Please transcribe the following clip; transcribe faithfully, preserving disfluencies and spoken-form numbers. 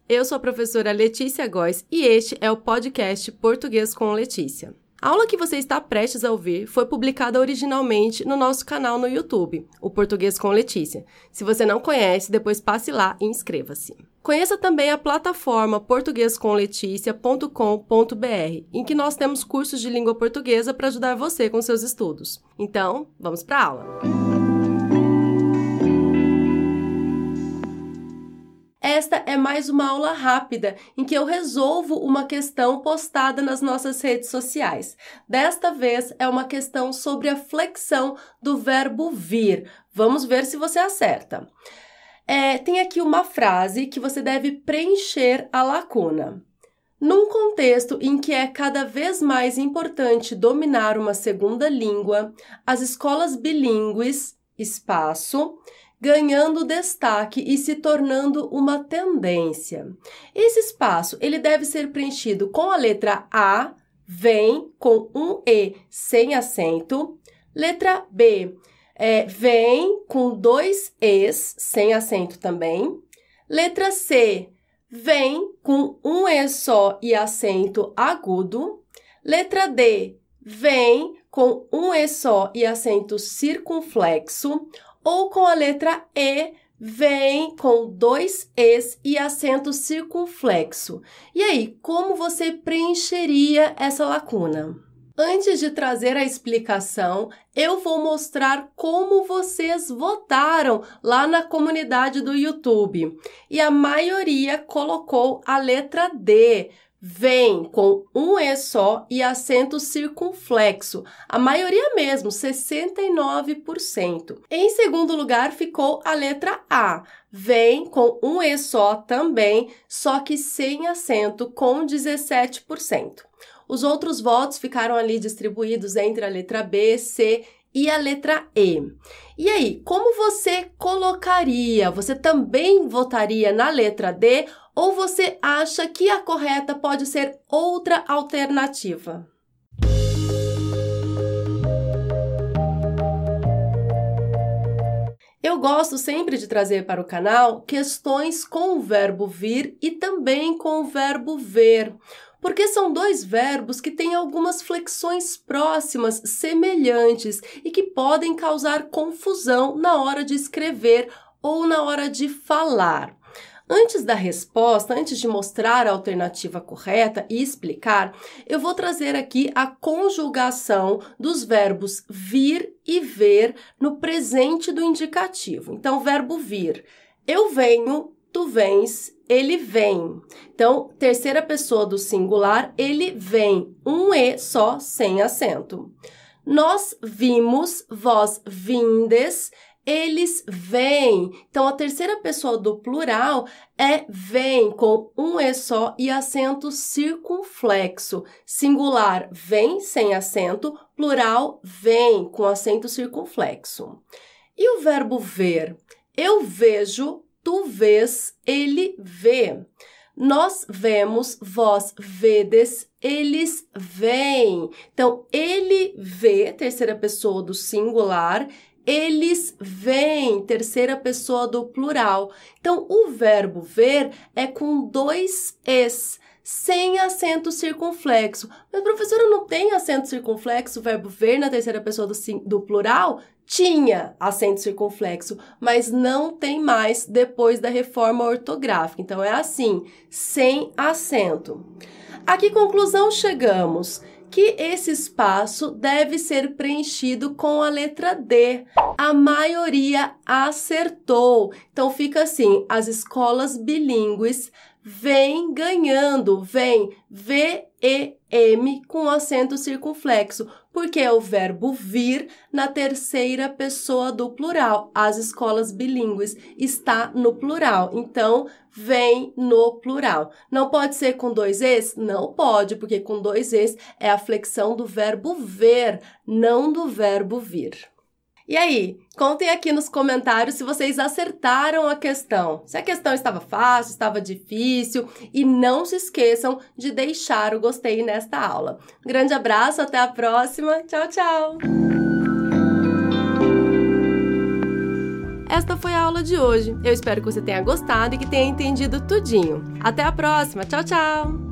Eu sou a professora Letícia Góes e este é o podcast Português com Letícia. A aula que você está prestes a ouvir foi publicada originalmente no nosso canal no YouTube, o Português com Letícia. Se você não conhece, depois passe lá e inscreva-se. Conheça também a plataforma português com letícia ponto com ponto b r, em que nós temos cursos de língua portuguesa para ajudar você com seus estudos. Então, vamos para a aula! Esta é mais uma aula rápida em que eu resolvo uma questão postada nas nossas redes sociais. Desta vez é uma questão sobre a flexão do verbo vir. Vamos ver se você acerta. É, tem aqui uma frase que você deve preencher a lacuna. Num contexto em que é cada vez mais importante dominar uma segunda língua, as escolas bilíngues, espaço, ganhando destaque e se tornando uma tendência. Esse espaço ele deve ser preenchido com a letra A, vem com um E sem acento. Letra B, é, vem com dois Es sem acento também. Letra C, vem com um E só e acento agudo. Letra D, vem com um E só e acento circunflexo. Ou com a letra E, vem com dois Es e acento circunflexo. E aí, como você preencheria essa lacuna? Antes de trazer a explicação, eu vou mostrar como vocês votaram lá na comunidade do YouTube. E a maioria colocou a letra D. Vem com um E só e acento circunflexo. A maioria mesmo, sessenta e nove por cento. Em segundo lugar, ficou a letra A. Vem com um E só também, só que sem acento, com dezessete por cento. Os outros votos ficaram ali distribuídos entre a letra B, C e a letra E. E aí, como você colocaria? Você também votaria na letra D ou você acha que a correta pode ser outra alternativa? Eu gosto sempre de trazer para o canal questões com o verbo vir e também com o verbo ver, porque são dois verbos que têm algumas flexões próximas, semelhantes e que podem causar confusão na hora de escrever ou na hora de falar. Antes da resposta, antes de mostrar a alternativa correta e explicar, eu vou trazer aqui a conjugação dos verbos vir e ver no presente do indicativo. Então, verbo vir. Eu venho, tu vens, ele vem. Então, terceira pessoa do singular, ele vem. Um E só, sem acento. Nós vimos, vós vindes, eles vêm. Então, a terceira pessoa do plural é vem, com um E só e acento circunflexo. Singular, vem, sem acento. Plural, vem, com acento circunflexo. E o verbo ver? Eu vejo, tu vês, ele vê. Nós vemos, vós vedes, eles veem. Então, ele vê, terceira pessoa do singular. Eles veem, terceira pessoa do plural. Então, o verbo ver é com dois Es, sem acento circunflexo. Mas, professora, não tem acento circunflexo o verbo ver na terceira pessoa do, do plural? Tinha acento circunflexo, mas não tem mais depois da reforma ortográfica. Então, é assim, sem acento. A que conclusão chegamos? Que esse espaço deve ser preenchido com a letra D. A maioria acertou. Então, fica assim, as escolas bilíngues vêm ganhando, vem V E M com acento circunflexo, porque é o verbo vir na terceira pessoa do plural. As escolas bilíngues está no plural, então vem no plural. Não pode ser com dois Es? Não pode, porque com dois Es é a flexão do verbo ver, não do verbo vir. E aí, contem aqui nos comentários se vocês acertaram a questão. Se a questão estava fácil, estava difícil. E não se esqueçam de deixar o gostei nesta aula. Um grande abraço, até a próxima. Tchau, tchau! Esta foi a aula de hoje. Eu espero que você tenha gostado e que tenha entendido tudinho. Até a próxima. Tchau, tchau!